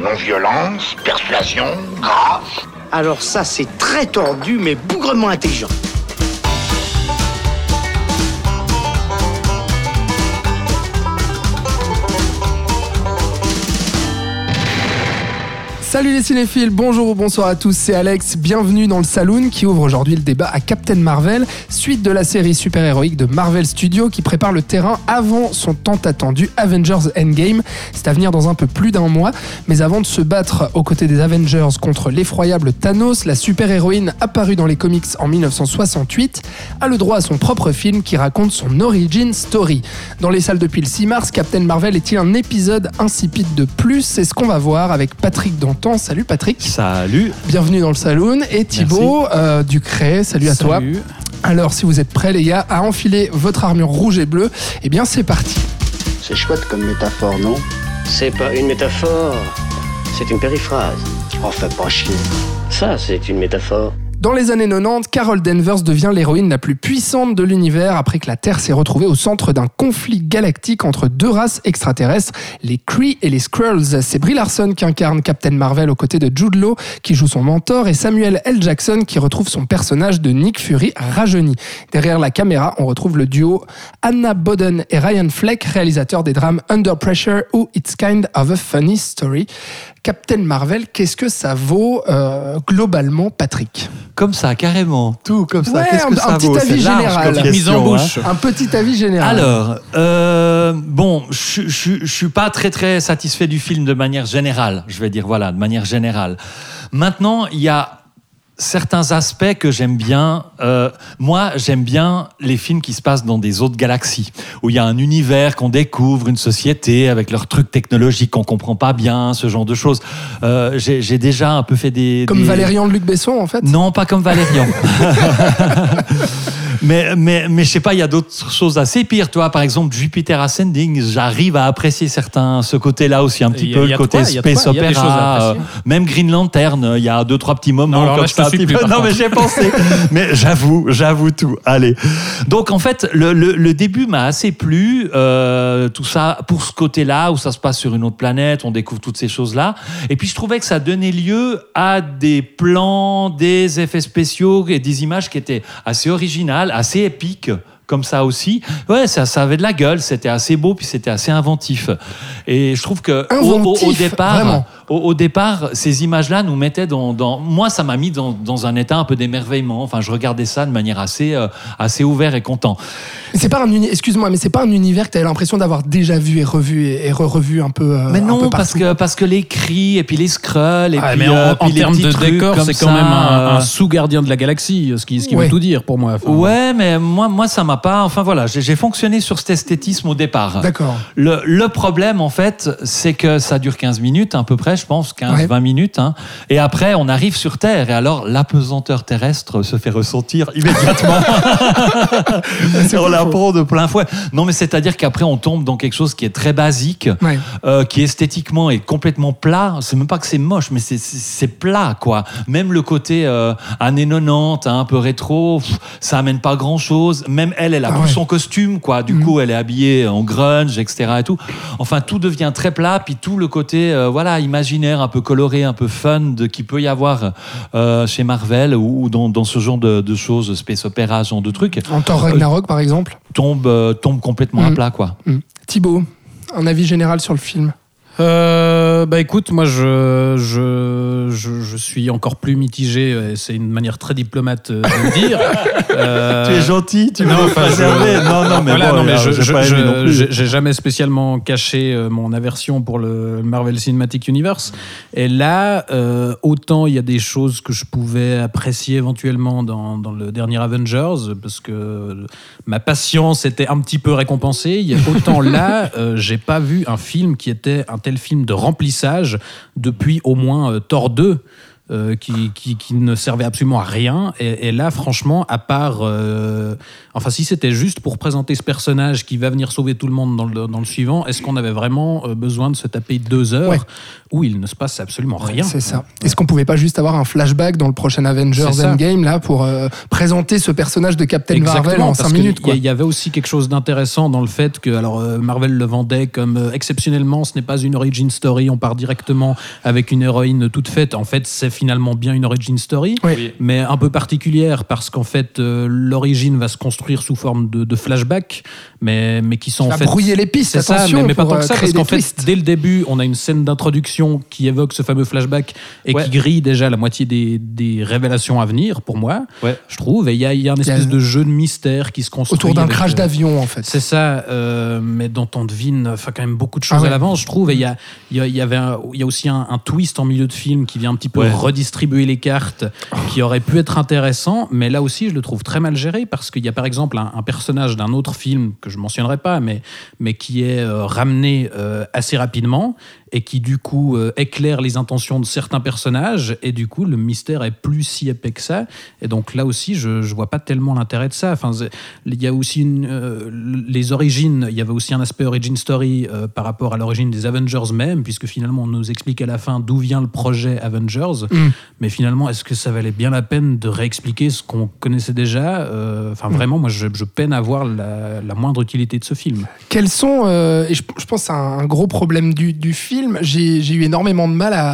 Non-violence, persuasion, grâce. Alors ça, c'est très tordu, mais bougrement intelligent. Salut les cinéphiles, bonjour ou bonsoir à tous, c'est Alex, bienvenue dans le Saloon qui ouvre aujourd'hui le débat à Captain Marvel, suite de la série super-héroïque de Marvel Studios qui prépare le terrain avant son tant attendu Avengers Endgame. C'est à venir dans un peu plus d'un mois, mais avant de se battre aux côtés des Avengers contre l'effroyable Thanos, la super-héroïne apparue dans les comics en 1968 a le droit à son propre film qui raconte son origin story. Dans les salles depuis le 6 mars, Captain Marvel est-il un épisode insipide de plus ? C'est ce qu'on va voir avec Patrick Danton. Salut Patrick. Salut. Bienvenue dans le Saloon. Et Thibaut Ducret, salut à toi. Alors si vous êtes prêts les gars à enfiler votre armure rouge et bleue, eh bien c'est parti. C'est chouette comme métaphore, non ? C'est pas une métaphore, c'est une périphrase. Oh, fais pas chier. Ça, c'est une métaphore. Dans les années 90, Carol Danvers devient l'héroïne la plus puissante de l'univers après que la Terre s'est retrouvée au centre d'un conflit galactique entre deux races extraterrestres, les Kree et les Skrulls. C'est Brie Larson qui incarne Captain Marvel aux côtés de Jude Law qui joue son mentor et Samuel L. Jackson qui retrouve son personnage de Nick Fury rajeuni. Derrière la caméra, on retrouve le duo Anna Boden et Ryan Fleck, réalisateurs des drames Under Pressure ou It's Kind of a Funny Story. Captain Marvel, qu'est-ce que ça vaut globalement, Patrick ? Comme ça, carrément, tout comme ça. Ouais, Qu'est-ce que ça vaut ? Un petit avis général. Mise en bouche. Un petit avis général. Alors, bon, je suis pas très satisfait du film de manière générale. Je vais dire de manière générale. Maintenant, il y a certains aspects que j'aime bien. Moi, j'aime bien les films qui se passent dans des autres galaxies, où il y a un univers qu'on découvre, une société avec leurs trucs technologiques qu'on comprend pas bien, ce genre de choses. J'ai déjà un peu fait des... Comme Valérian de Luc Besson, en fait ? Non, pas comme Valérian. mais je sais pas, il y a d'autres choses assez pires. Toi, par exemple, Jupiter Ascending, j'arrive à apprécier ce côté-là aussi, un petit peu, le côté space opéra. Même Green Lantern, il y a 2-3 petits moments comme ça. Non, mais j'ai pensé. Mais j'avoue tout. Allez. Donc, en fait, le début m'a assez plu. Tout ça, pour ce côté-là, où ça se passe sur une autre planète, on découvre toutes ces choses-là. Et puis, je trouvais que ça donnait lieu à des plans, des effets spéciaux et des images qui étaient assez originales, assez épiques. Comme ça aussi, ouais, ça avait de la gueule, c'était assez beau, puis c'était assez inventif. Et je trouve que au départ, ces images-là nous mettaient moi, ça m'a mis dans un état un peu d'émerveillement. Enfin, je regardais ça de manière assez ouvert et content. C'est pas excuse-moi, mais c'est pas un univers que tu avais l'impression d'avoir déjà vu et revu et revu un peu. Mais non, parce que les Kree et puis les Skrulls et puis en puis termes les de décor, c'est quand même un sous-gardien de la galaxie, ce qui ouais. veut tout dire pour moi. Enfin, ouais, mais moi ça m'a pas. Enfin voilà, j'ai fonctionné sur cet esthétisme au départ. D'accord. Le problème en fait, c'est que ça dure 15 minutes à peu près, je pense, 15-20 minutes. Hein, et après, on arrive sur Terre et alors l'apesanteur terrestre se fait ressentir immédiatement. On la prend de plein fouet. Non, mais c'est-à-dire qu'après, on tombe dans quelque chose qui est très basique, qui esthétiquement est complètement plat. C'est même pas que c'est moche, mais c'est plat, quoi. Même le côté années 90, un peu rétro, ça amène pas grand-chose. Même elle a plus son costume, quoi. Du coup, elle est habillée en grunge, etc. et tout. Enfin, tout devient très plat, puis tout le côté, imaginaire, un peu coloré, un peu fun qui peut y avoir chez Marvel ou dans ce genre de choses, space opéra, ce genre de trucs. En Thor Ragnarok, par exemple, tombe complètement à plat, quoi. Thibaut, un avis général sur le film ? Écoute, moi je suis encore plus mitigé, c'est une manière très diplomate de le dire. Tu es gentil, tu veux me préserver. Non, mais voilà, bon, j'ai jamais spécialement caché mon aversion pour le Marvel Cinematic Universe. Et là, autant il y a des choses que je pouvais apprécier éventuellement dans le dernier Avengers, parce que ma patience était un petit peu récompensée. Autant là, j'ai pas vu un film qui était un tel film de remplissage depuis au moins Thor 2. Qui ne servait absolument à rien. Et là, franchement, à part Enfin, si c'était juste pour présenter ce personnage qui va venir sauver tout le monde dans le suivant, est-ce qu'on avait vraiment besoin de se taper 2 heures où il ne se passe absolument rien? C'est ça. Est-ce qu'on pouvait pas juste avoir un flashback dans le prochain Avengers Endgame là pour présenter ce personnage de Captain Marvel en 5 minutes? Il y avait aussi quelque chose d'intéressant dans le fait que Marvel le vendait comme exceptionnellement, ce n'est pas une origin story, on part directement avec une héroïne toute faite. En fait, c'est finalement bien une origin story, mais un peu particulière parce qu'en fait, l'origine va se construire sous forme de flashback, mais qui sont en fait brouiller les pistes. C'est ça, mais pas tant que ça, parce qu'en fait, dès le début, on a une scène d'introduction qui évoque ce fameux flashback et qui grille déjà la moitié des révélations à venir pour moi, je trouve. Et il y a une espèce de jeu de mystère qui se construit autour d'un crash d'avion, en fait. C'est ça, mais dont on devine quand même beaucoup de choses à l'avance, je trouve. Et il y a aussi un twist en milieu de film qui vient un petit peu redistribuer les cartes, qui aurait pu être intéressant, mais là aussi, je le trouve très mal géré parce qu'il y a par exemple un personnage d'un autre film que je mentionnerai pas, mais qui est ramené assez rapidement et qui du coup éclaire les intentions de certains personnages, et du coup le mystère est plus si épais que ça, et donc là aussi je vois pas tellement l'intérêt de ça. Enfin, il y a aussi les origines, il y avait aussi un aspect origin story par rapport à l'origine des Avengers même, puisque finalement on nous explique à la fin d'où vient le projet Avengers, mais finalement est-ce que ça valait bien la peine de réexpliquer ce qu'on connaissait déjà? Vraiment, moi je peine à voir la moindre utilité de ce film. Quels sont, et je pense que c'est un gros problème du film, j'ai eu énormément de mal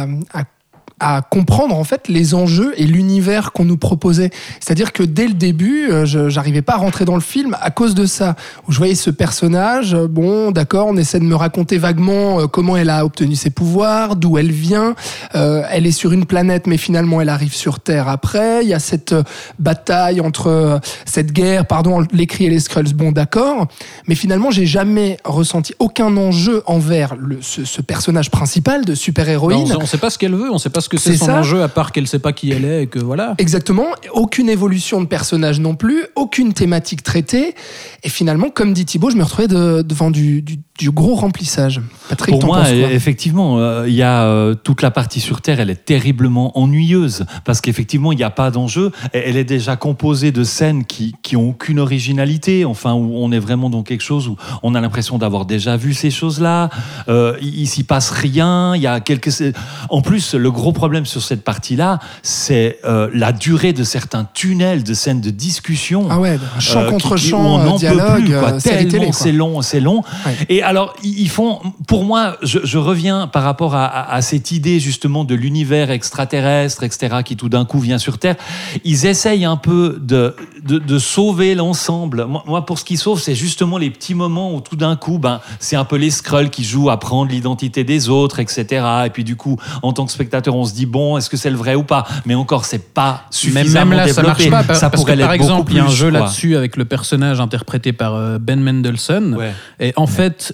à comprendre en fait les enjeux et l'univers qu'on nous proposait. C'est-à-dire que dès le début, j'arrivais pas à rentrer dans le film à cause de ça. Où je voyais ce personnage, bon, d'accord, on essaie de me raconter vaguement comment elle a obtenu ses pouvoirs, d'où elle vient. Elle est sur une planète, mais finalement elle arrive sur Terre après. Il y a cette bataille cette guerre, les Kree et les Skrulls. Bon, d'accord, mais finalement j'ai jamais ressenti aucun enjeu envers ce personnage principal de super-héroïne. On sait pas ce qu'elle veut, on sait pas ce que c'est son enjeu, à part qu'elle sait pas qui elle est et que voilà. Exactement, aucune évolution de personnage non plus, aucune thématique traitée, et finalement, comme dit Thibaut, je me retrouvais devant du gros remplissage. Patrick, pour moi, effectivement, il y a toute la partie sur Terre, elle est terriblement ennuyeuse, parce qu'effectivement, il n'y a pas d'enjeu, elle est déjà composée de scènes qui ont aucune originalité, enfin, où on est vraiment dans quelque chose où on a l'impression d'avoir déjà vu ces choses-là, il s'y passe rien, il y a En plus, le gros problème sur cette partie-là, c'est la durée de certains tunnels de scènes de discussion. Ah ouais, chant contre chant, on n'en dialogue, peut plus, quoi. Tellement c'est long. Ouais. Et alors, ils font, pour moi, je reviens par rapport à cette idée justement de l'univers extraterrestre, etc., qui tout d'un coup vient sur Terre. Ils essayent un peu de sauver l'ensemble. Moi, pour ce qui sauve, c'est justement les petits moments où tout d'un coup, c'est un peu les Skrulls qui jouent à prendre l'identité des autres, etc. Et puis du coup, en tant que spectateur, on se dit bon, est-ce que c'est le vrai ou pas? Mais encore, c'est pas suffisamment même là, développé. Ça marche pas, ça parce pourrait que par exemple, il y a un jeu quoi. là-dessus avec le personnage interprété par Ben Mendelsohn. Ouais. Et en fait,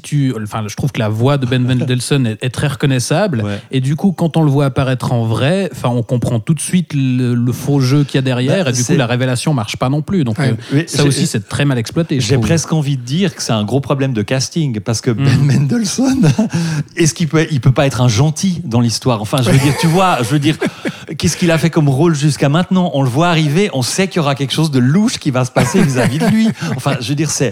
je trouve que la voix de Ben Mendelsohn est très reconnaissable. Ouais. Et du coup, quand on le voit apparaître en vrai, on comprend tout de suite le faux jeu qu'il y a derrière. Et du coup, la révélation marche pas non plus. Donc ça aussi, c'est très mal exploité. J'ai presque envie de dire que c'est un gros problème de casting, parce que Ben Mendelsohn, est-ce qu'il peut pas être un gentil dans l'histoire? Enfin, je veux dire, qu'est-ce qu'il a fait comme rôle jusqu'à maintenant? On le voit arriver, on sait qu'il y aura quelque chose de louche qui va se passer vis-à-vis de lui. Enfin, je veux dire, c'est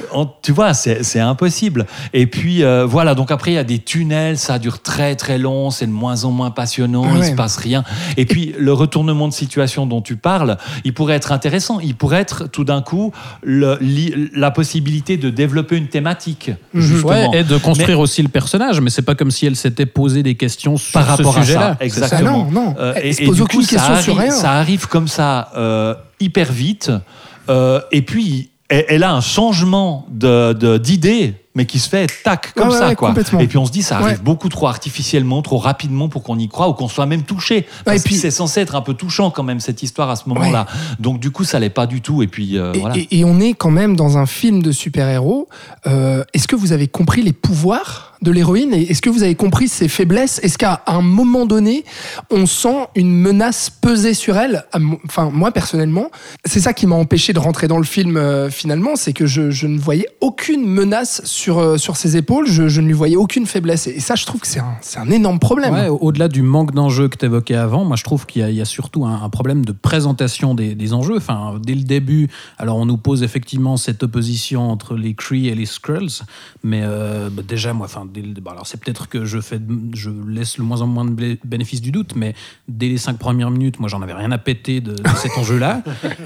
impossible. Et puis, voilà, donc après, il y a des tunnels, ça dure très très long, c'est de moins en moins passionnant, il se passe rien. Et puis, le retournement de situation dont tu parles, il pourrait être intéressant. Il pourrait être, tout d'un coup, la possibilité de développer une thématique, justement. Ouais, et de construire aussi le personnage, mais c'est pas comme si elle s'était posé des questions sur par rapport ce sujet-là. À ça, exactement. Non. Elle se pose aucune question sur rien. Ça arrive comme ça, hyper vite, et puis elle a un changement d'idée, mais qui se fait tac, comme ça, quoi. Et puis on se dit, ça arrive beaucoup trop artificiellement, trop rapidement pour qu'on y croie, ou qu'on soit même touché. Parce que c'est censé être un peu touchant quand même, cette histoire à ce moment-là. Donc du coup, ça l'est pas du tout. Et puis voilà. Et on est quand même dans un film de super-héros. Est-ce que vous avez compris les pouvoirs de l'héroïne? Et est-ce que vous avez compris ses faiblesses? Est-ce qu'à un moment donné, on sent une menace peser sur elle? Enfin, moi, personnellement, c'est ça qui m'a empêché de rentrer dans le film, finalement, c'est que je ne voyais aucune menace sur ses épaules, je ne lui voyais aucune faiblesse. Et ça, je trouve que c'est un énorme problème. Ouais, au-delà du manque d'enjeux que tu évoquais avant, moi je trouve qu'il y a surtout un problème de présentation des enjeux. Enfin, dès le début, alors on nous pose effectivement cette opposition entre les Kree et les Skrulls, mais déjà, moi, alors c'est peut-être que je laisse le moins en moins de bénéfice du doute, mais dès les 5 premières minutes, moi j'en avais rien à péter de cet enjeu-là.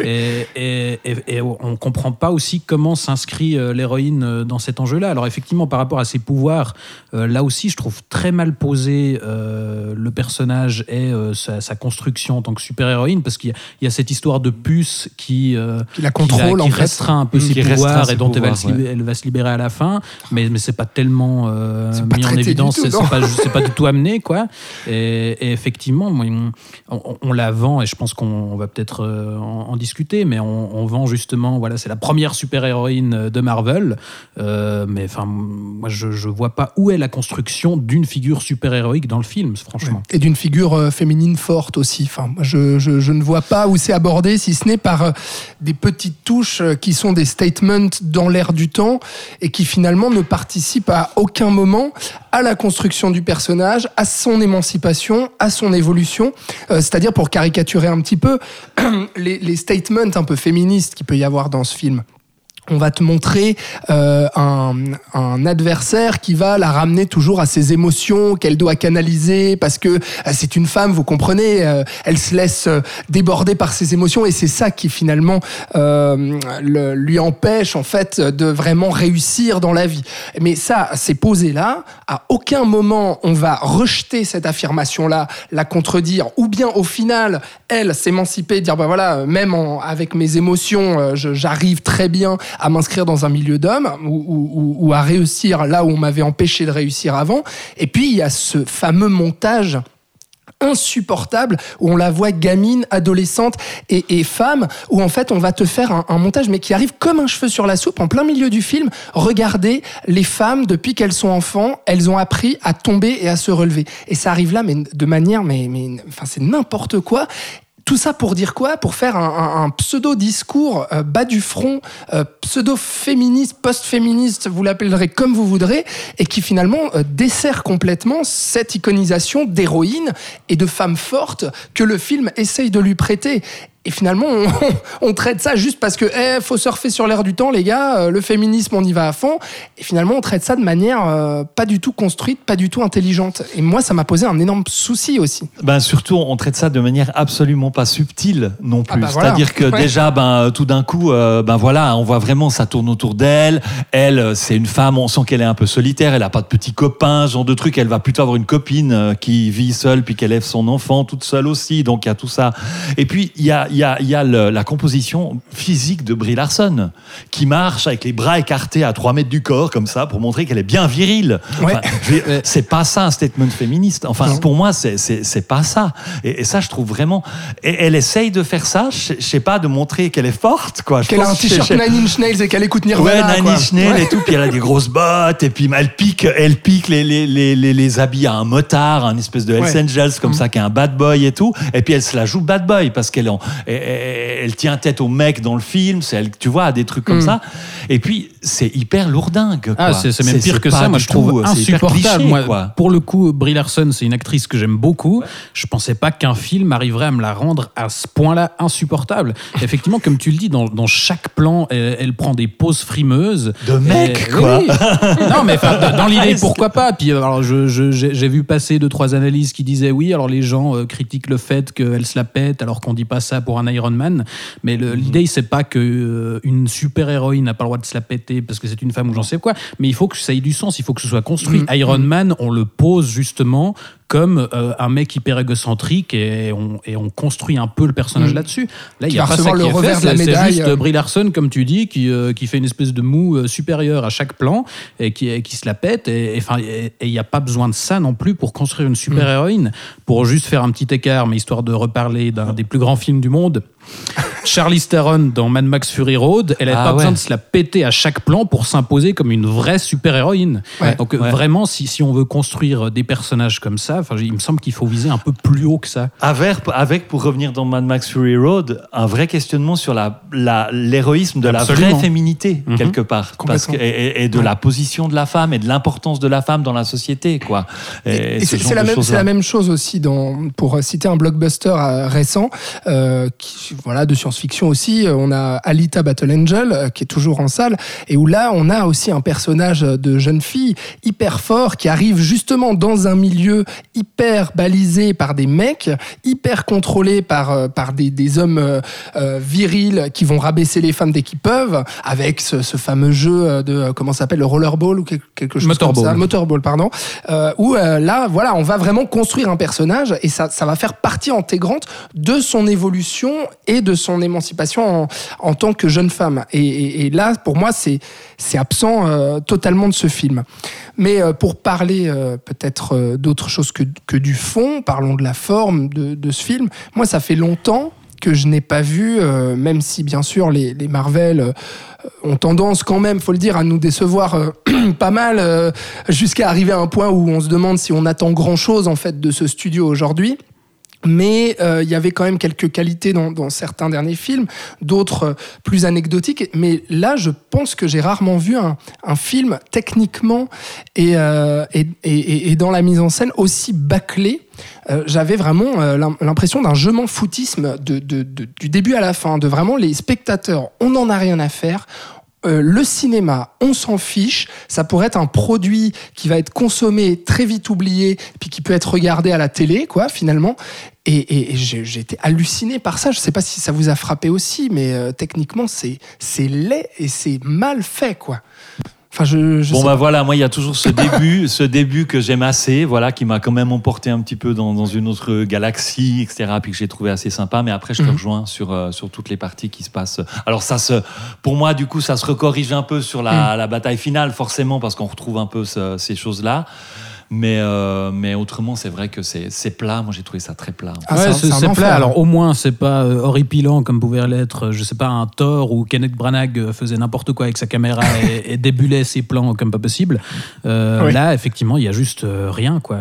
Et on comprend pas aussi comment s'inscrit l'héroïne dans cet enjeu-là. Alors effectivement, par rapport à ses pouvoirs, là aussi, je trouve très mal posé le personnage et sa construction en tant que super-héroïne, parce qu'il y a cette histoire de puce qui la contrôle, qui restreint un peu ses pouvoirs et dont elle va se libérer à la fin, mais c'est pas tellement mis en évidence, c'est pas du tout amené, quoi. Et effectivement, on la vend, et je pense qu'on va peut-être en discuter, mais on vend justement, voilà, c'est la première super-héroïne de Marvel, mais enfin, moi je vois pas où est la construction d'une figure super-héroïque dans le film, franchement. Et d'une figure féminine forte aussi. Enfin, je ne vois pas où c'est abordé, si ce n'est par des petites touches qui sont des statements dans l'air du temps et qui finalement ne participent à aucun moment à la construction du personnage, à son émancipation, à son évolution. C'est-à-dire, pour caricaturer un petit peu, les statements un peu féministes qu'il peut y avoir dans ce film. On va te montrer un adversaire qui va la ramener toujours à ses émotions qu'elle doit canaliser parce que c'est une femme, vous comprenez, elle se laisse déborder par ses émotions et c'est ça qui finalement lui empêche en fait de vraiment réussir dans la vie. Mais ça, c'est posé là. À aucun moment on va rejeter cette affirmation-là, la contredire, ou bien au final, elle s'émanciper, dire bah voilà, même avec mes émotions, j'arrive très bien à m'inscrire dans un milieu d'hommes ou à réussir là où on m'avait empêché de réussir avant. Et puis, il y a ce fameux montage insupportable où on la voit gamine, adolescente et femme, où en fait on va te faire un montage mais qui arrive comme un cheveu sur la soupe en plein milieu du film. Regardez, les femmes depuis qu'elles sont enfants, elles ont appris à tomber et à se relever, et ça arrive là mais de manière enfin c'est n'importe quoi. Tout ça pour dire quoi ? Pour faire un pseudo-discours bas du front, pseudo-féministe, post-féministe, vous l'appellerez comme vous voudrez, et qui finalement dessert complètement cette iconisation d'héroïne et de femme forte que le film essaye de lui prêter. Et finalement, on traite ça juste parce que faut surfer sur l'air du temps, les gars, le féminisme, on y va à fond. Et finalement, on traite ça de manière pas du tout construite, pas du tout intelligente. Et moi, ça m'a posé un énorme souci aussi. Surtout, on traite ça de manière absolument pas subtile non plus. Voilà. C'est-à-dire que déjà, tout d'un coup, voilà, on voit vraiment ça tourne autour d'elle. Elle, c'est une femme, on sent qu'elle est un peu solitaire, elle a pas de petits copains, ce genre de truc. Elle va plutôt avoir une copine qui vit seule puis qui élève son enfant toute seule aussi. Donc il y a tout ça. Et puis il y a la composition physique de Brie Larson qui marche avec les bras écartés à 3 mètres du corps comme ça pour montrer qu'elle est bien virile. Enfin, c'est pas ça un statement féministe. Enfin, pour moi, c'est pas ça. Et ça, je trouve vraiment. Et elle essaye de faire ça. Je sais pas, de montrer qu'elle est forte, quoi. Qu'elle a un t-shirt Nine Inch Nails et qu'elle écoute Nirvana. Nine Inch Nails et tout. Puis elle a des grosses bottes et puis elle pique les habits à un motard, un espèce de Hells Angels comme ça, qui est un bad boy et tout. Et puis elle se la joue bad boy parce qu'elle elle tient tête au mec dans le film, tu vois, des trucs comme ça. Et puis, c'est hyper lourdingue, quoi. C'est même pire que ça. Moi, je trouve insupportable. Moi, pour le coup, Brie Larson, c'est une actrice que j'aime beaucoup. Je pensais pas qu'un film arriverait à me la rendre à ce point-là insupportable. Effectivement, comme tu le dis, dans chaque plan, elle prend des poses frimeuses. De mec, quoi. Oui. Non, mais dans l'idée, pourquoi pas. Puis, alors, j'ai vu passer 2-3 analyses qui disaient oui, alors les gens critiquent le fait qu'elle se la pète, alors qu'on dit pas ça pour un Iron Man, mais l'idée c'est pas que une super héroïne n'a pas le droit de se la péter parce que c'est une femme ou j'en sais quoi, mais il faut que ça ait du sens, il faut que ce soit construit. Iron Man, on le pose justement comme un mec hyper égocentrique et on construit un peu le personnage là-dessus. Là, il y a pas ça qui est fait, c'est juste Brie Larson, comme tu dis, qui fait une espèce de moue supérieur à chaque plan et qui se la pète, et il n'y a pas besoin de ça non plus pour construire une super héroïne, pour juste faire un petit écart, mais histoire de reparler d'un des plus grands films du monde, Charlize Theron dans Mad Max Fury Road, elle n'avait pas besoin de se la péter à chaque plan pour s'imposer comme une vraie super-héroïne. Donc vraiment, si on veut construire des personnages comme ça, il me semble qu'il faut viser un peu plus haut que ça. Avec, pour revenir dans Mad Max Fury Road, un vrai questionnement sur l'héroïsme de Absolument. la vraie féminité, quelque part. Et de la position de la femme et de l'importance de la femme dans la société, quoi. Et c'est la même chose aussi, pour citer un blockbuster récent, de science-fiction aussi, on a Alita Battle Angel, qui est toujours en salle, et où là, on a aussi un personnage de jeune fille hyper fort, qui arrive justement dans un milieu hyper balisé par des mecs, hyper contrôlé par des hommes virils qui vont rabaisser les femmes dès qu'ils peuvent, avec ce fameux jeu de, comment ça s'appelle, le rollerball ou quelque chose comme ça. Motorball, pardon. Où là, voilà, on va vraiment construire un personnage et ça va faire partie intégrante de son évolution et de son émancipation en tant que jeune femme. Et là, pour moi, c'est absent totalement de ce film. Mais pour parler peut-être d'autre chose que du fond, parlons de la forme de ce film. Moi, ça fait longtemps que je n'ai pas vu, même si bien sûr les Marvel ont tendance quand même, faut le dire, à nous décevoir pas mal, jusqu'à arriver à un point où on se demande si on attend grand-chose en fait de ce studio aujourd'hui. Mais il y avait quand même quelques qualités dans certains derniers films, d'autres plus anecdotiques. Mais là, je pense que j'ai rarement vu un film techniquement et dans la mise en scène aussi bâclé. J'avais vraiment l'impression d'un je m'en foutisme du début à la fin, de vraiment les spectateurs, on n'en a rien à faire. Le cinéma, on s'en fiche, ça pourrait être un produit qui va être consommé, très vite oublié, puis qui peut être regardé à la télé, quoi, finalement. Et j'ai été halluciné par ça. Je sais pas si ça vous a frappé aussi, mais techniquement, c'est laid et c'est mal fait, quoi. Enfin, voilà, moi il y a toujours ce début que j'aime assez, voilà, qui m'a quand même emporté un petit peu dans une autre galaxie, etc., puis que j'ai trouvé assez sympa. Mais après, je te rejoins sur toutes les parties qui se passent. Alors pour moi, du coup, ça se recorrige un peu sur la bataille finale, forcément, parce qu'on retrouve un peu ces choses-là. Mais autrement, c'est vrai que c'est plat. Moi, j'ai trouvé ça très plat. C'est plat. Alors, au moins, c'est pas horripilant comme pouvait l'être, je sais pas, un Thor où Kenneth Branagh faisait n'importe quoi avec sa caméra et débulait ses plans comme pas possible. Là, effectivement, il y a juste rien, quoi.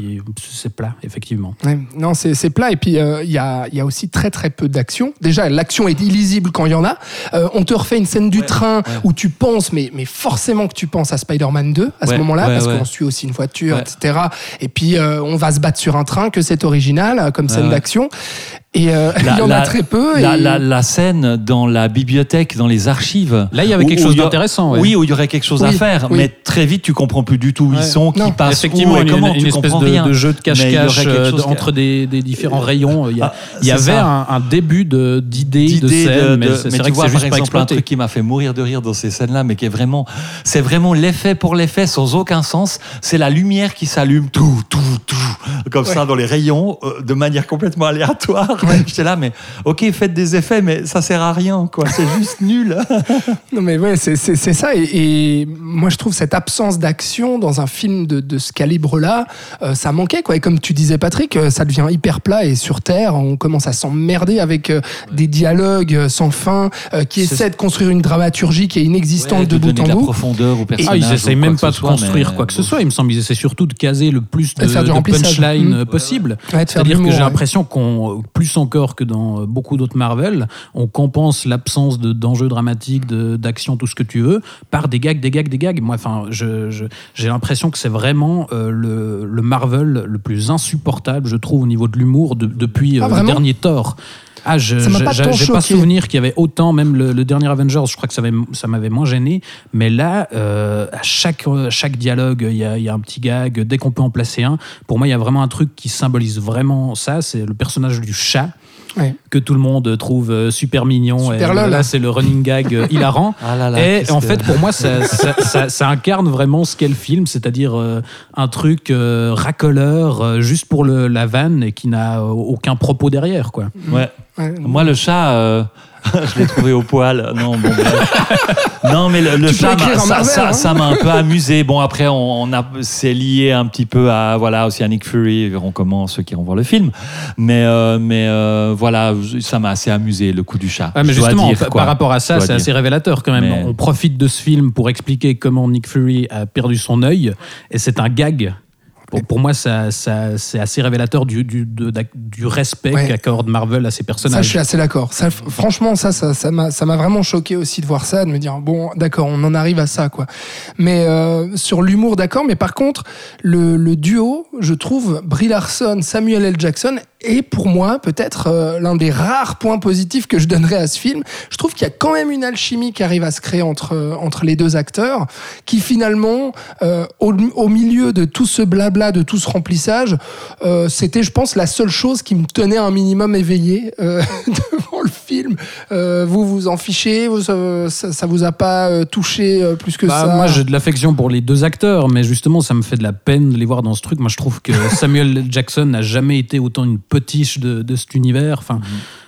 C'est plat, effectivement. Ouais. Non, c'est plat. Et puis, il y a aussi très, très peu d'action. Déjà, l'action est illisible quand il y en a. On te refait une scène du train où tu penses, mais forcément que tu penses à Spider-Man 2 à ce moment-là, parce qu'on suit aussi une voiture, etc. Et puis on va se battre sur un train, que c'est original comme scène d'action. Et il y en a très peu. La scène dans la bibliothèque, dans les archives. Là, il y avait quelque chose d'intéressant. Oui, où il y aurait quelque chose à faire. Mais très vite, tu comprends plus du tout où ils sont, qui passent effectivement, où et comment. Une espèce de jeu de cache-cache entre des différents rayons. Il y avait un début d'idée de scène, mais c'est vrai que c'est juste pas exploité. Un truc qui m'a fait mourir de rire dans ces scènes-là, mais qui est vraiment l'effet pour l'effet, sans aucun sens. C'est la lumière qui s'allume, tout, comme ça, dans les rayons, de manière complètement aléatoire. J'étais là, mais ok, faites des effets, mais ça sert à rien, quoi. C'est juste nul. Non, mais ouais, c'est ça. Et moi, je trouve cette absence d'action dans un film de ce calibre-là, ça manquait, quoi. Et comme tu disais, Patrick, ça devient hyper plat et sur terre. On commence à s'emmerder avec des dialogues sans fin qui essaient de construire une dramaturgie qui est inexistante de bout en bout. De la profondeur au personnage. Ils essayent même pas de construire quoi que ce soit. Il me semble qu'ils essaient surtout de caser le plus de punchline possible. C'est-à-dire que j'ai l'impression qu'on, plus encore que dans beaucoup d'autres Marvel, on compense l'absence d'enjeux dramatiques, d'action, tout ce que tu veux, par des gags. Moi, j'ai l'impression que c'est vraiment le Marvel le plus insupportable, je trouve, au niveau de l'humour depuis le dernier Thor. J'ai pas souvenir qu'il y avait autant, même le dernier Avengers, je crois que ça m'avait moins gêné, mais là, à chaque dialogue, il y a un petit gag, dès qu'on peut en placer un. Pour moi, il y a vraiment un truc qui symbolise vraiment ça, c'est le personnage du chat. Que tout le monde trouve super mignon. Super et là, c'est le running gag hilarant. Et en fait, pour moi, ça incarne vraiment ce qu'est le film, c'est-à-dire un truc racoleur, juste pour la vanne et qui n'a aucun propos derrière, quoi. Ouais. Moi, le chat, Je l'ai trouvé au poil. Non, bon, non, mais le chat, ça m'a un peu amusé. Bon, après, c'est lié un petit peu à Oceanic Fury, verront comment ceux qui vont voir le film. Mais voilà, ça m'a assez amusé, le coup du chat. Mais justement, par rapport à ça, c'est assez révélateur quand même. On profite de ce film pour expliquer comment Nick Fury a perdu son œil, et c'est un gag. Pour moi, c'est assez révélateur du respect qu'accorde Marvel à ses personnages. Ça, je suis assez d'accord. Ça, franchement, ça m'a vraiment choqué aussi de voir ça, de me dire, bon, d'accord, on en arrive à ça, quoi. Mais sur l'humour, d'accord, mais par contre, le duo, je trouve, Brie Larson, Samuel L. Jackson, est pour moi peut-être l'un des rares points positifs que je donnerais à ce film. Je trouve qu'il y a quand même une alchimie qui arrive à se créer entre les deux acteurs, qui finalement, au milieu de tout ce blabla, de tout ce remplissage, c'était, je pense, la seule chose qui me tenait un minimum éveillé devant le film. Vous en fichez, ça vous a pas touché plus que ça? Moi, j'ai de l'affection pour les deux acteurs, mais justement, ça me fait de la peine de les voir dans ce truc. Moi, je trouve que Samuel L. Jackson n'a jamais été autant une potiche de cet univers. Enfin,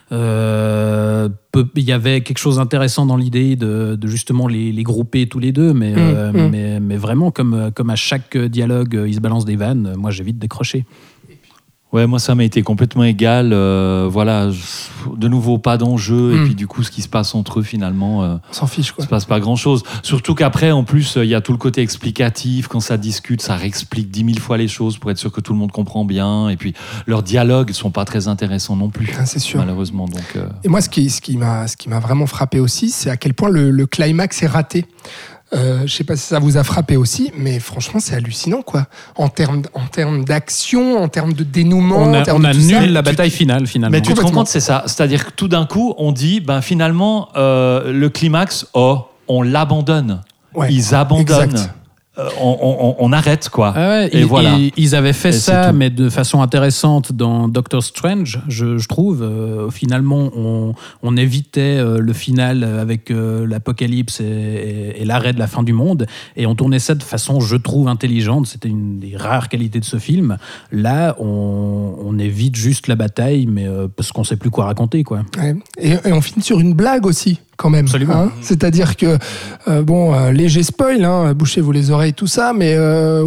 il y avait quelque chose d'intéressant dans l'idée de justement les grouper tous les deux, mais vraiment, comme à chaque dialogue, ils se balancent des vannes. Moi, j'ai vite décroché. Ouais, moi ça m'a été complètement égal. Voilà, de nouveau pas d'enjeu, et puis du coup ce qui se passe entre eux finalement, on s'en fiche, quoi. Il se passe pas grand chose. Surtout qu'après en plus il y a tout le côté explicatif, quand ça discute, ça réexplique 10 000 fois les choses pour être sûr que tout le monde comprend bien. Et puis leurs dialogues sont pas très intéressants non plus. C'est sûr. Malheureusement. Donc. Et moi ce qui m'a vraiment frappé aussi, c'est à quel point le climax est raté. Je sais pas si ça vous a frappé aussi, mais franchement c'est hallucinant, quoi. En termes d'action, en termes de dénouement, on a nul la bataille finale finalement. Mais tu te rends compte, c'est ça. C'est-à-dire que tout d'un coup on dit, finalement le climax, on l'abandonne. Ouais, ils abandonnent. Exact. On arrête, quoi. Et voilà. Ils avaient fait ça, mais de façon intéressante dans Doctor Strange, je trouve. Finalement, on évitait le final avec l'apocalypse et l'arrêt de la fin du monde, et on tournait ça de façon, je trouve, intelligente. C'était une des rares qualités de ce film. Là, on évite juste la bataille, mais parce qu'on ne sait plus quoi raconter, quoi. Ouais. Et on finit sur une blague aussi, quand même. Absolument. Hein, c'est-à-dire que, léger spoil, bouchez-vous les oreilles, tout ça, mais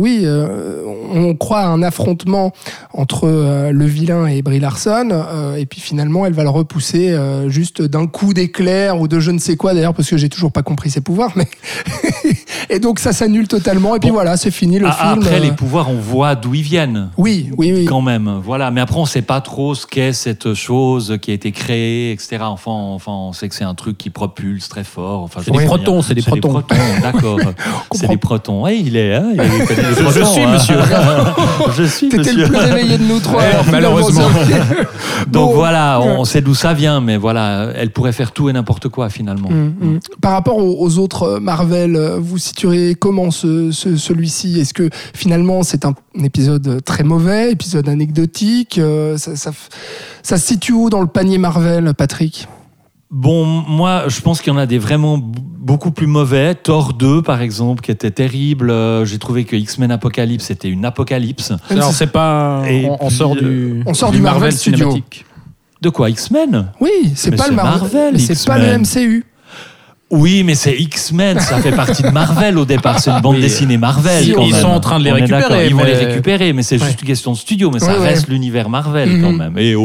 on croit à un affrontement entre le vilain et Brie Larson, et puis finalement elle va le repousser juste d'un coup d'éclair ou de je ne sais quoi, d'ailleurs, parce que j'ai toujours pas compris ses pouvoirs, mais et donc ça s'annule totalement, et puis voilà, c'est fini le film. Après les pouvoirs, on voit d'où ils viennent. Oui. Quand même, voilà. Mais après on sait pas trop ce qu'est cette chose qui a été créée, etc. Enfin, on sait que c'est un truc qui propulse très fort. Enfin, c'est des protons, d'accord. C'est des protons. Ouais, il connaît les protons. Je suis monsieur. Je suis T'étais monsieur. le plus réveillé de nous trois. Malheureusement. Donc voilà, on sait d'où ça vient, mais voilà, elle pourrait faire tout et n'importe quoi finalement. Par rapport aux autres Marvel, vous situerez comment celui-ci? Est-ce que finalement c'est un épisode très mauvais, épisode anecdotique? Ça se situe où dans le panier Marvel, Patrick? Bon, moi, je pense qu'il y en a des vraiment beaucoup plus mauvais. Thor 2, par exemple, qui était terrible. J'ai trouvé que X-Men Apocalypse, c'était une apocalypse. Alors, c'est pas... On sort du Marvel Studio. De quoi, X-Men? Oui, c'est pas le Marvel, c'est pas le MCU. Oui, mais c'est X-Men, ça fait partie de Marvel au départ, c'est une bande dessinée Marvel. Ils sont en train de les récupérer. Ils vont les récupérer, mais c'est juste une question de studio, mais ça reste l'univers Marvel quand même. Et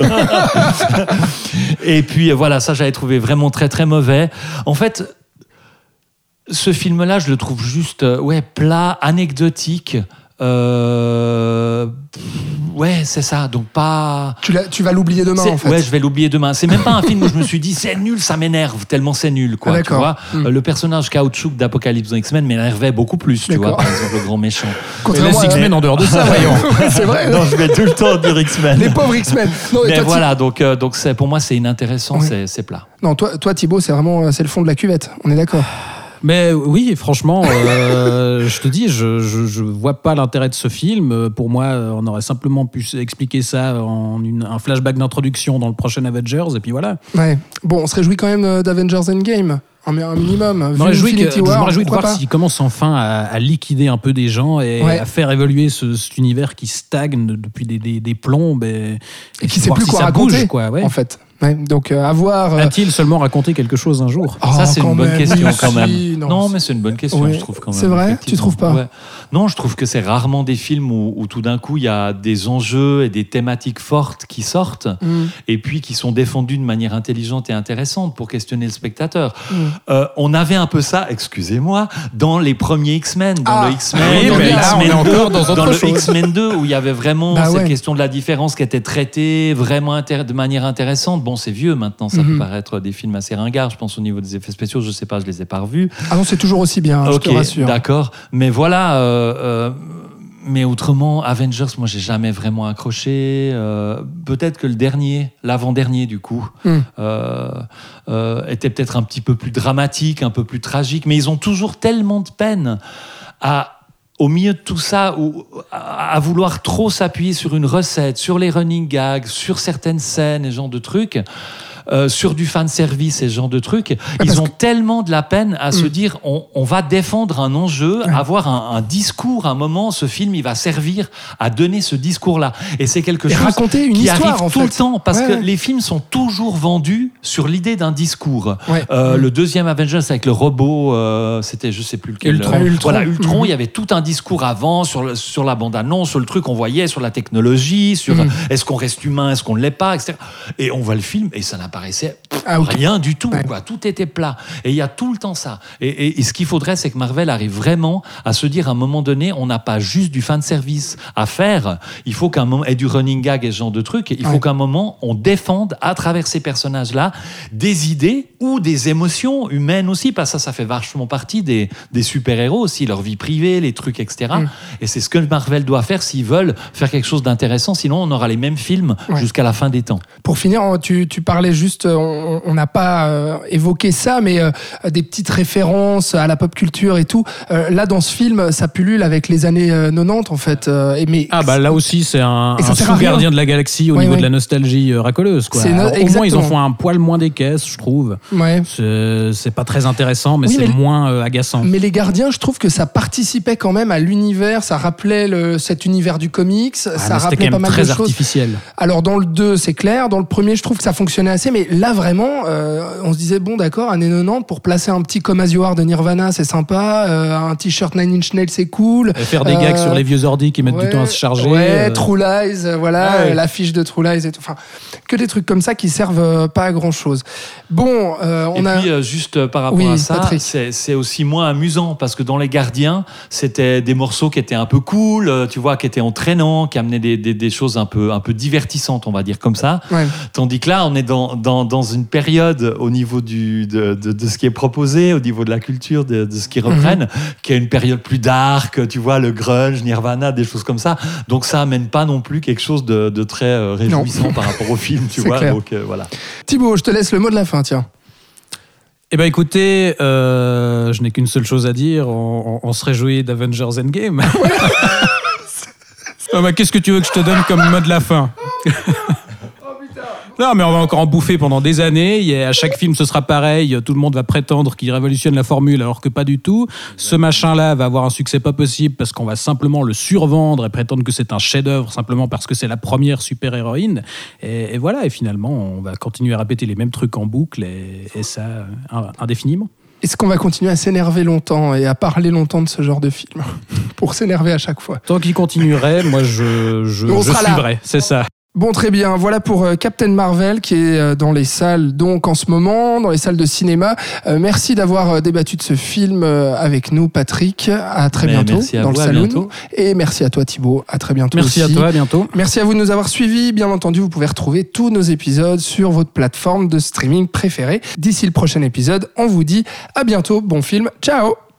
Et puis voilà, ça j'avais trouvé vraiment très très mauvais. En fait, ce film-là, je le trouve juste plat, anecdotique. C'est ça, donc pas... Tu vas l'oublier demain, en fait. Ouais, je vais l'oublier demain. C'est même pas un film où je me suis dit, c'est nul, ça m'énerve, tellement c'est nul, quoi. Tu vois, le personnage caoutchouc d'Apocalypse dans X-Men m'énervait beaucoup plus, tu vois, par exemple, le grand méchant. Contrairement à X-Men en dehors de ça, voyons. C'est vrai. Non, je vais tout le temps dire X-Men. Les pauvres X-Men. Non, mais voilà, donc pour moi, c'est inintéressant, c'est plat. Non, toi Thibaut, c'est le fond de la cuvette, on est d'accord. Mais oui, franchement, je te dis, je vois pas l'intérêt de ce film. Pour moi, on aurait simplement pu expliquer ça en un flashback d'introduction dans le prochain Avengers, et puis voilà. Ouais. Bon, on se réjouit quand même d'Avengers Endgame. Un minimum. Je me réjouis de voir s'il commence enfin à liquider un peu des gens et à faire évoluer cet univers qui stagne depuis des plombes et qui sait plus quoi raconter, bouge, quoi. Ouais. En fait. Ouais, donc à voir. A-t-il seulement raconté quelque chose un jour? Ça, c'est une bonne question quand même. Non, mais c'est une bonne question, je trouve quand même. C'est vrai? Tu trouves pas? Ouais. Non, je trouve que c'est rarement des films où tout d'un coup il y a des enjeux et des thématiques fortes qui sortent et puis qui sont défendus de manière intelligente et intéressante pour questionner le spectateur. On avait un peu ça, excusez-moi, dans les premiers X-Men, dans le X-Men 2 où il y avait vraiment cette question de la différence qui était traitée vraiment de manière intéressante. Bon, c'est vieux maintenant, ça peut paraître des films assez ringards, je pense au niveau des effets spéciaux, je sais pas, je les ai pas revus. Ah non, c'est toujours aussi bien, je te rassure. D'accord, mais voilà. Mais autrement, Avengers, moi, j'ai jamais vraiment accroché. Peut-être que l'avant-dernier, du coup, était peut-être un petit peu plus dramatique, un peu plus tragique. Mais ils ont toujours tellement de peine au milieu de tout ça, à vouloir trop s'appuyer sur une recette, sur les running gags, sur certaines scènes et ce genre de trucs. Sur du fan service et ce genre de trucs, ils ont tellement de la peine à se dire on va défendre un enjeu, avoir un discours, un moment, ce film il va servir à donner ce discours-là. Et c'est quelque chose raconter une qui histoire, arrive tout le temps parce que les films sont toujours vendus sur l'idée d'un discours. Le deuxième Avengers avec le robot, c'était je sais plus lequel. Ultron. Voilà, Ultron, il y avait tout un discours avant sur la bande-annonce, sur le truc qu'on voyait, sur la technologie, sur est-ce qu'on reste humain, est-ce qu'on ne l'est pas, etc. Et on voit le film et ça n'a paraissait rien du tout, quoi. Tout était plat. Et il y a tout le temps ça. Et ce qu'il faudrait, c'est que Marvel arrive vraiment à se dire à un moment donné, on n'a pas juste du fan service à faire. Il faut qu'à un moment, et du running gag et ce genre de trucs, il faut qu'à un moment, on défende à travers ces personnages-là des idées ou des émotions humaines aussi, parce que ça fait vachement partie des super-héros aussi, leur vie privée, les trucs, etc. Et c'est ce que Marvel doit faire s'ils veulent faire quelque chose d'intéressant. Sinon, on aura les mêmes films jusqu'à la fin des temps. Pour finir, tu parlais juste, on n'a pas évoqué ça, mais des petites références à la pop culture et tout. Là, dans ce film, ça pullule avec les années 90, en fait. Là aussi, c'est un sous-gardien de la galaxie au niveau de la nostalgie racoleuse, quoi. Au moins, ils en font un poil moins des caisses, je trouve. C'est pas très intéressant, mais c'est moins agaçant. Mais les gardiens, je trouve que ça participait quand même à l'univers, ça rappelait cet univers du comics, ça rappelait pas mal de choses. C'était très artificiel. Alors, dans le 2, c'est clair. Dans le premier, je trouve que ça fonctionnait assez, mais là, vraiment, on se disait, bon, d'accord, années 90, pour placer un petit Come As You Are de Nirvana, c'est sympa, un t-shirt Nine Inch Nails, c'est cool. Et faire des gags sur les vieux ordi qui mettent du temps à se charger. True Lies, l'affiche de True Lies et tout. Enfin, que des trucs comme ça qui servent pas à grand-chose. Bon, puis, juste par rapport à ça, c'est aussi moins amusant, parce que dans Les Gardiens, c'était des morceaux qui étaient un peu cool, tu vois, qui étaient entraînants, qui amenaient des choses un peu divertissantes, on va dire comme ça. Tandis que là, on est dans une période au niveau de ce qui est proposé, au niveau de la culture, de ce qu'ils reprennent, qui est une période plus dark, tu vois, le grunge, Nirvana, des choses comme ça. Donc ça amène pas non plus quelque chose de très réjouissant par rapport au film, tu vois. Donc voilà. Thibaut, je te laisse le mot de la fin, tiens. Eh bien, écoutez, je n'ai qu'une seule chose à dire. On se réjouit d'Avengers Endgame. Qu'est-ce que tu veux que je te donne comme mot de la fin? Non, mais on va encore en bouffer pendant des années. À chaque film, ce sera pareil. Tout le monde va prétendre qu'il révolutionne la formule, alors que pas du tout. Ce machin-là va avoir un succès pas possible parce qu'on va simplement le survendre et prétendre que c'est un chef-d'œuvre simplement parce que c'est la première super-héroïne. Et voilà. Et finalement, on va continuer à répéter les mêmes trucs en boucle et ça indéfiniment. Est-ce qu'on va continuer à s'énerver longtemps et à parler longtemps de ce genre de film pour s'énerver à chaque fois? Tant qu'il continuerait, moi, je suivrai. C'est ça. Bon, très bien. Voilà pour Captain Marvel qui est dans les salles donc en ce moment, dans les salles de cinéma. Merci d'avoir débattu de ce film avec nous, Patrick. À très bientôt dans le Saloon. Et merci à toi, Thibaut. À très bientôt. Merci aussi. À toi, à bientôt. Merci à vous de nous avoir suivis. Bien entendu, vous pouvez retrouver tous nos épisodes sur votre plateforme de streaming préférée. D'ici le prochain épisode, on vous dit à bientôt. Bon film. Ciao.